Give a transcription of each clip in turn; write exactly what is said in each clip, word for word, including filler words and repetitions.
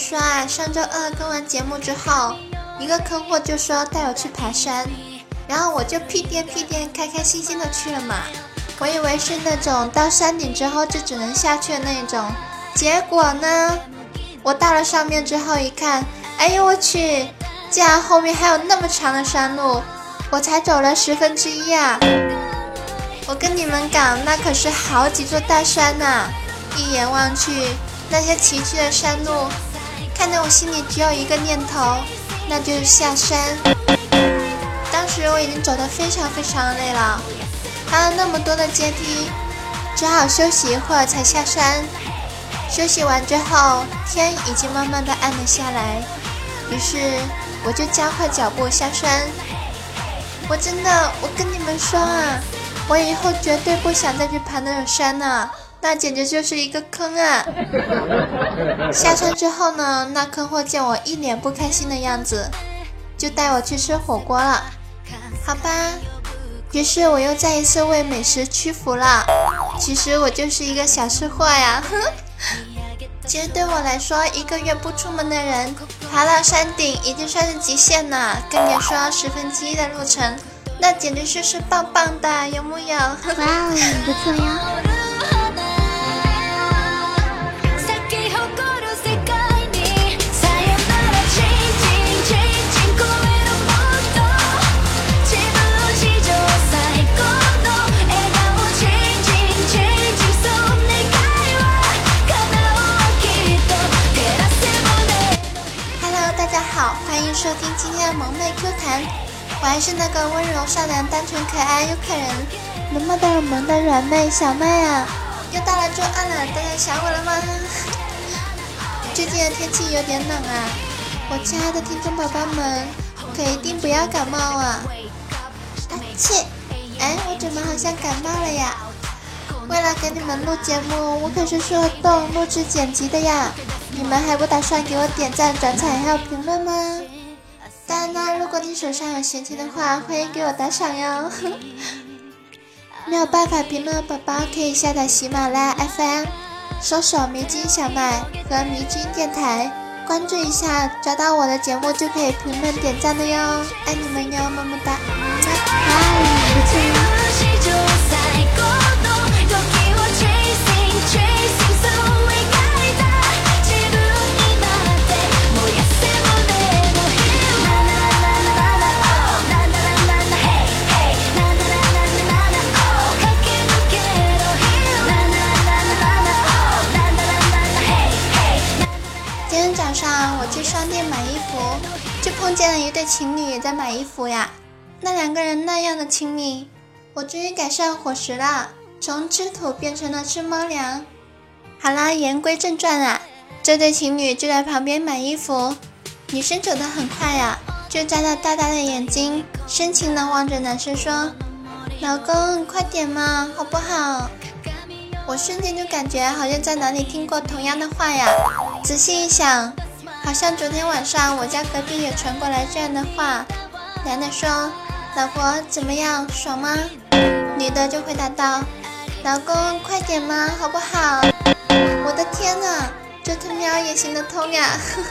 说啊，上周二更完节目之后，一个坑货就说带我去爬山，然后我就屁颠屁颠开开心心的去了嘛。我以为是那种到山顶之后就只能下去的那种，结果呢，我到了上面之后一看，哎呦我去，竟然后面还有那么长的山路，我才走了十分之一啊！我跟你们讲，那可是好几座大山呐、啊！一眼望去，那些崎岖的山路，看得我心里只有一个念头，那就是下山。当时我已经走得非常非常累了，爬了那么多的阶梯，只好休息一会儿才下山。休息完之后，天已经慢慢的暗了下来，于是我就加快脚步下山。我真的，我跟你们说啊，我以后绝对不想再去爬那种山了，那简直就是一个坑啊！下山之后呢，那坑货见我一脸不开心的样子，就带我去吃火锅了。好吧，于是我又再一次为美食屈服了。其实我就是一个小吃货呀。其实对我来说，一个月不出门的人，爬到山顶已经算是极限了，更别说十分之一的路程，那简直就是棒棒的，有木有？哇哦，不错呀。 欢迎收听今天的萌妹 Q 弹，我还是那个温柔善良单纯可爱又可人萌萌的萌的软妹小妹啊！又到了周二了，大家想我了吗？最近的天气有点冷啊，我亲爱的听众宝宝们可一定不要感冒啊！啊切！哎，我怎么好像感冒了呀？为了给你们录节目，我可是受动录制剪辑的呀！你们还不打算给我点赞、转采还有评论吗？当然呢，如果你手上有闲钱的话，欢迎给我打赏哟。没有办法评论的宝宝可以下载喜马拉雅 F M， 搜索迷津小麦和迷津电台，关注一下，找到我的节目就可以评论点赞的哟。爱你们哟，么么哒！ 嗨，不错呀。 我去商店买衣服，就碰见了一对情侣也在买衣服呀。那两个人那样的亲密，我终于改善伙食了，从吃土变成了吃猫粮。好啦，言归正传啊，这对情侣就在旁边买衣服，女生走得很快呀，就眨着大大的眼睛，深情地望着男生说：“老公，快点嘛，好不好？”我瞬间就感觉好像在哪里听过同样的话呀，仔细一想，好像昨天晚上我家隔壁也传过来这样的话。男的说：“老婆怎么样，爽吗？”女的就回答道：“老公快点嘛，好不好？”我的天哪，这他喵也行得通呀！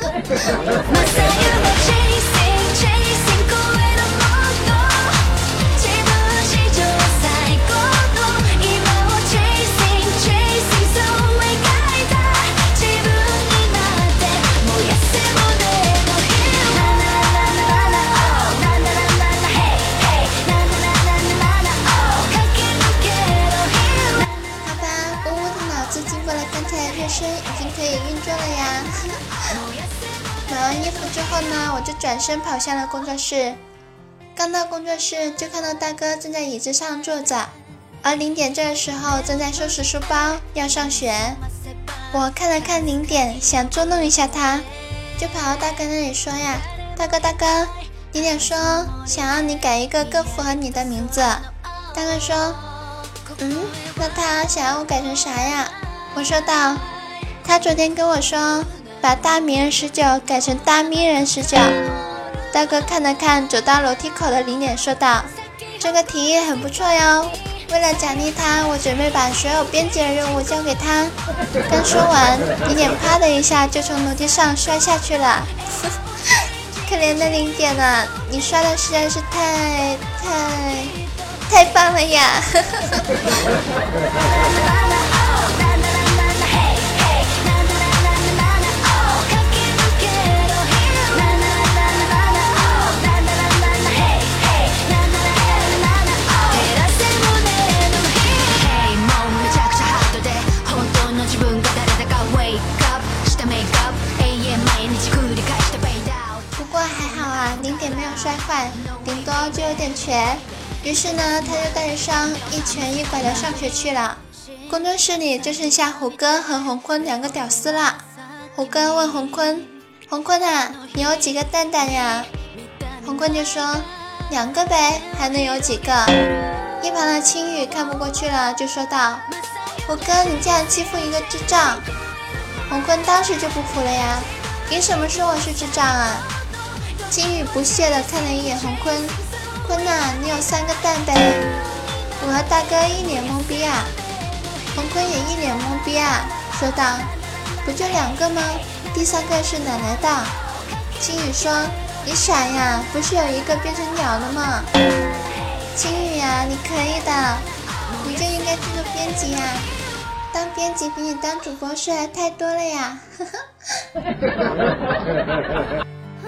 已经可以运作了呀。买完衣服之后呢，我就转身跑向了工作室。刚到工作室就看到大哥正在椅子上坐着，而零点这个时候正在收拾书包要上学。我看了看零点，想捉弄一下他，就跑到大哥那里说呀：“大哥大哥，零点说想让你改一个更符合你的名字。”大哥说：“嗯，那他想要我改成啥呀？”我说道：“他昨天跟我说把大迷人十九改成大迷人十九。”大哥看了看走到楼梯口的零点说道：“这个提议很不错哟， 为了奖励他，我准备把所有编辑的任务交给他。刚说完，零点啪的一下就从楼梯上摔下去了。可怜的零点啊，你刷的实在是太太太棒了呀！零点没有摔坏，顶多就有点瘸。于是呢，他就带着伤一瘸一拐的上学去了。工作室里就剩下胡歌和洪坤两个屌丝了。胡歌问洪坤：“洪坤啊，你有几个蛋蛋呀？”洪坤就说：“两个呗，还能有几个？”一旁的青雨看不过去了，就说道：“胡歌，你竟然欺负一个智障！”洪坤当时就不服了呀：“凭什么说我是智障啊？”金宇不屑地看了一眼洪坤，坤呐、啊，你有三个蛋呗？我和大哥一脸懵逼啊，洪坤也一脸懵逼啊，说道：“不就两个吗？第三个是哪来的？”金宇说：“你傻呀，不是有一个变成鸟了吗？”金宇呀、啊，你可以的，你就应该去做编辑呀，当编辑比你当主播帅的太多了呀，呵呵。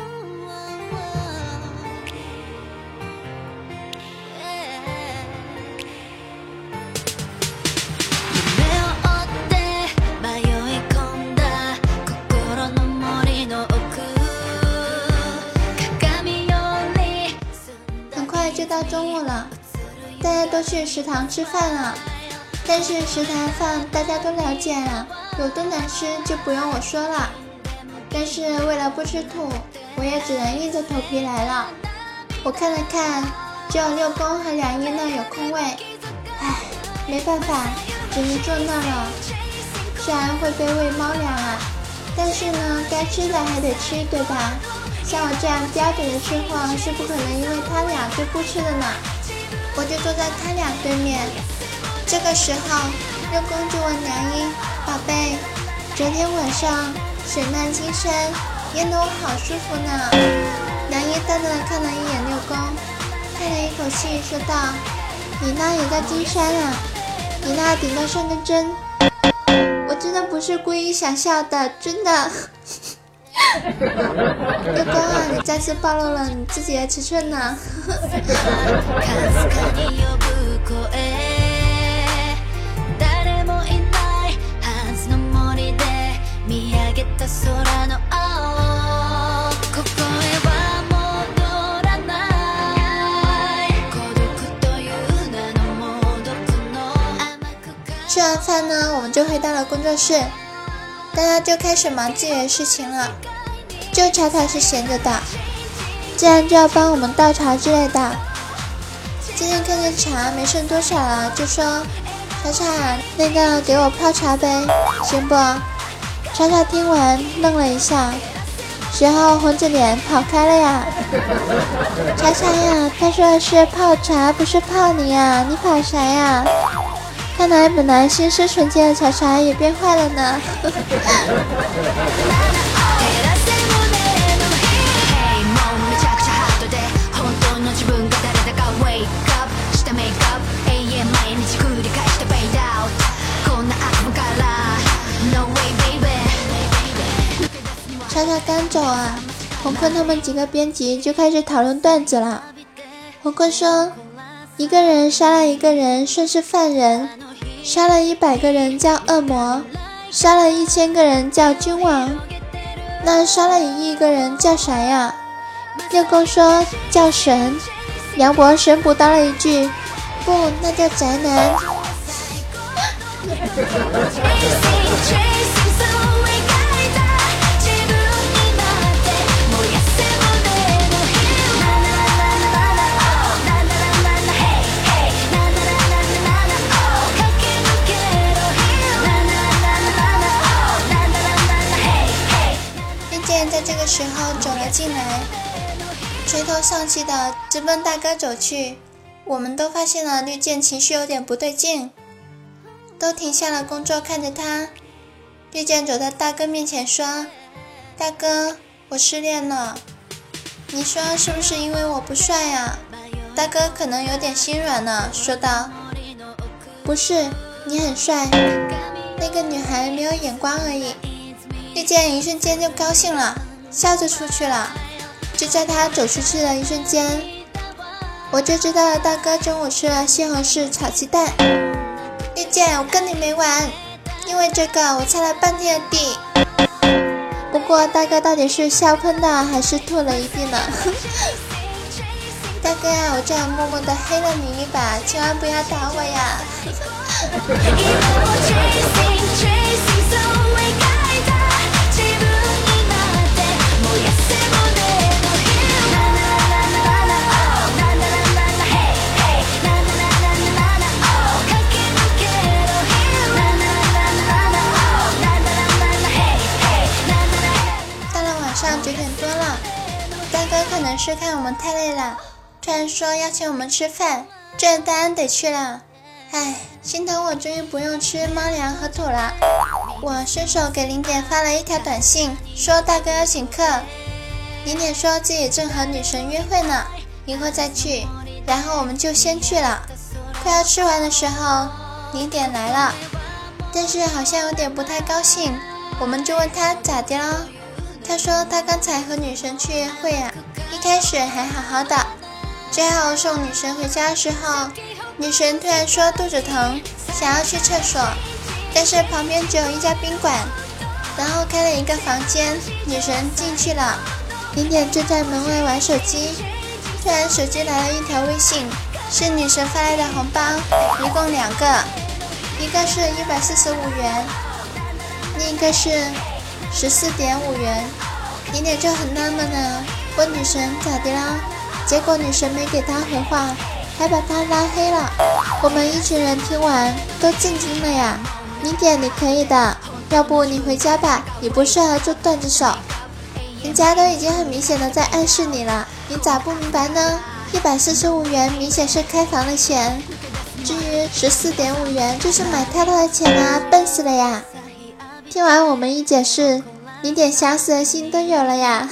就到中午了，大家都去食堂吃饭了。但是食堂饭大家都了解了，有多难吃就不用我说了。但是为了不吃土，我也只能硬着头皮来了。我看了看，只有六公和梁一那有空位，唉，没办法，只能坐那了。虽然会被喂猫粮啊，但是呢，该吃的还得吃，对吧？像我这样标准的吃货是不可能因为他俩就不吃的呢。我就坐在他俩对面。这个时候，六公就问梁一：“宝贝，昨天晚上水漫金山，演得我好舒服呢。”梁一淡淡的看了一眼六公，叹了一口气说道：“你那也叫金山啊？你那顶多算个针。我真的不是故意想笑的，真的。”六公啊，你再次暴露了你自己的尺寸呢。吃完饭呢，我们就回到了工作室，大家就开始忙自己的事情了。就茶茶是闲着的，既然就要帮我们倒茶之类的。今天看见茶没剩多少了，就说：“茶茶，那个给我泡茶呗，行不？”茶茶听完愣了一下，随后红着脸跑开了呀。茶茶呀，他说的是泡茶，不是泡你呀，你跑啥呀？看来本来心思纯洁的茶茶也变坏了呢。茶茶刚走啊，洪坤他们几个编辑就开始讨论段子了。洪坤说：“一个人杀了一个人算是犯人，杀了一百个人叫恶魔，杀了一千个人叫君王，那杀了一亿个人叫啥呀？”六公说：“叫神。”杨博神补刀了一句：“不，那叫宅男。”在这个时候走了进来，垂头丧气的直奔大哥走去。 我们都发现了绿箭情绪有点不对劲，都停下了工作看着他。绿箭走到大哥面前说：大哥，我失恋了，你说是不是因为我不帅呀？大哥可能有点心软了，说道：不是，你很帅，那个女孩没有眼光而已。绿箭一瞬间就高兴了，笑着出去了。就在他走出去的一瞬间，我就知道了大哥中午吃了西红柿炒鸡蛋。绿箭，我跟你没完，因为这个我擦了半天的地。不过大哥到底是笑喷的还是吐了一地呢？大哥呀，我这样默默的黑了你一把，千万不要打我呀！到了晚上九点多了，大哥可能是看我们太累了，突然说要请我们吃饭，这当然得去了。唉，心疼我终于不用吃猫粮和土了。我顺手给零点发了一条短信，说大哥要请客。零点说自己正和女神约会呢，一会再去，然后我们就先去了。快要吃完的时候，零点来了，但是好像有点不太高兴，我们就问他咋的了。他说他刚才和女神去约会啊，一开始还好好的，最后送女神回家的时候，女神突然说肚子疼，想要去厕所，但是旁边只有一家宾馆，然后开了一个房间，女神进去了。零点就在门外玩手机，突然手机来了一条微信，是女神发来的红包，一共两个，一个是一百四十五元，另一个是十四点五元。零点就很纳闷了，问女神咋的啦？结果女神没给他回话，还把他拉黑了。我们一群人听完都震惊了呀！零点你可以的，要不你回家吧，你不适合做段子手。人家都已经很明显的在暗示你了，你咋不明白呢？一百四十五元明显是开房的钱，至于十四点五元就是买套套的钱啊，笨死了呀！听完我们一解释，零点想死的心都有了呀！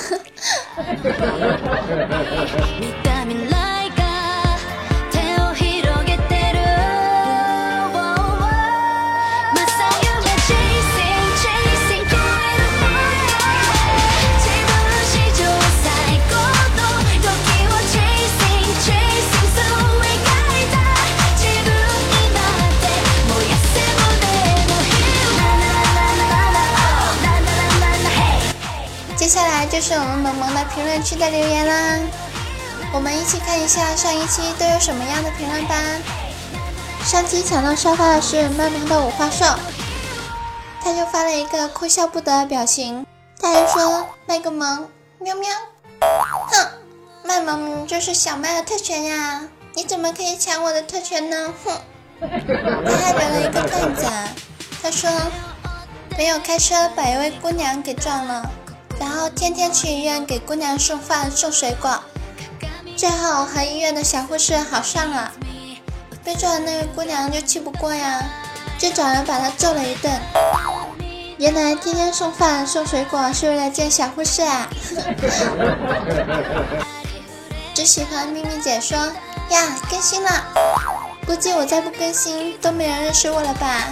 接下来就是我们萌萌的评论区的留言啦，我们一起看一下上一期都有什么样的评论吧。上期抢到沙发的是卖萌的五花兽，他就发了一个哭笑不得的表情，他还说卖个萌喵喵，哼，卖萌就是小麦的特权呀，你怎么可以抢我的特权呢？哼，他还留了一个段子，他说没有开车把一位姑娘给撞了，然后天天去医院给姑娘送饭送水果，最后和医院的小护士好上了，被撞的那位姑娘就气不过呀，就找人把她揍了一顿。原来天天送饭送水果是为了见小护士啊！只喜欢咪咪姐说呀更新了，估计我再不更新都没人认识我了吧？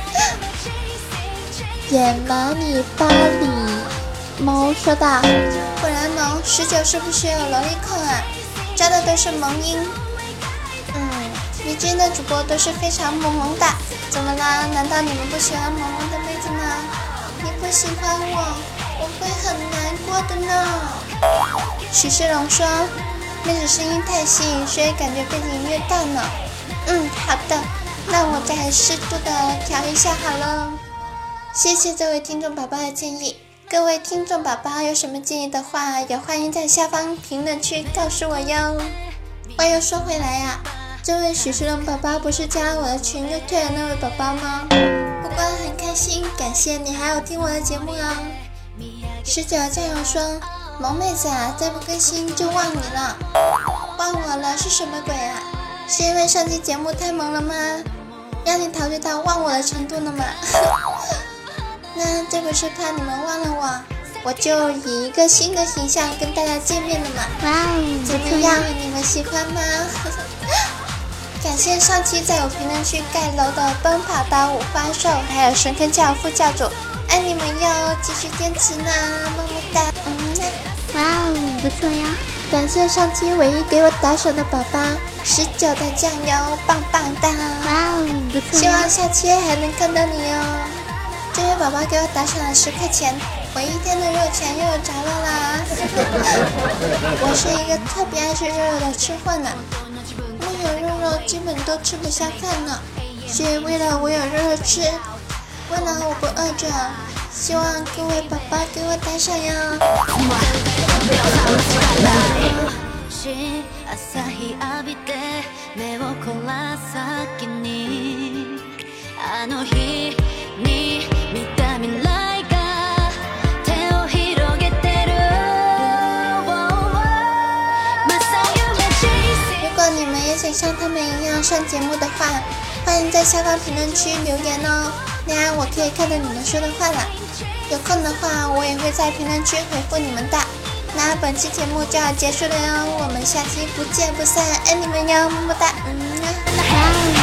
野马你巴里猫说道，果然萌，十九是不是有萝莉控啊？招的都是萌音。嗯，你真的主播都是非常萌萌的，怎么啦？难道你们不喜欢萌萌的妹子吗？你不喜欢我，我会很难过的呢。许世龙说，妹子声音太细，所以感觉背景音乐大呢。嗯，好的，那我再适度的调一下好了。谢谢这位听众宝宝的建议。各位听众宝宝有什么建议的话，也欢迎在下方评论区告诉我哟。话又说回来呀、啊，这位许世龙宝宝不是加了我的群就退了那位宝宝吗？不过很开心，感谢你还有听我的节目哦。十九酱油说，萌妹子啊，再不更新就忘你了。忘我了是什么鬼啊？ 是因为上期节目太萌了吗？让你陶醉到忘我的程度了吗？那这不是怕你们忘了我，我就以一个新的形象跟大家见面了嘛。 哇哦， 怎么样？你们喜欢吗？感谢上期在我评论区盖楼的奔跑吧五花兽，还有神坑教副教主，爱你们哟，继续坚持呢，么么哒。嗯呐。 哇哦，不错呀！ 感谢上期唯一给我打赏的宝宝十九的酱油，棒棒哒！ 哇哦，不错呀！ 希望下期还能看到你哦。这位宝宝给我打赏了十块钱，我一天的肉钱又有着落啦！我是一个特别爱吃肉肉的吃货呢，没有肉肉基本都吃不下饭呢，所以为了我有肉肉吃，为了我不饿着，希望各位宝宝给我打赏呀！如果你们也想像他们一样上节目的话，欢迎在下方评论区留言哦，那样我可以看到你们说的话了。有空的话，我也会在评论区回复你们的。那本期节目就要结束了哟，我们下期不见不散，爱你们哟，么么哒，嗯。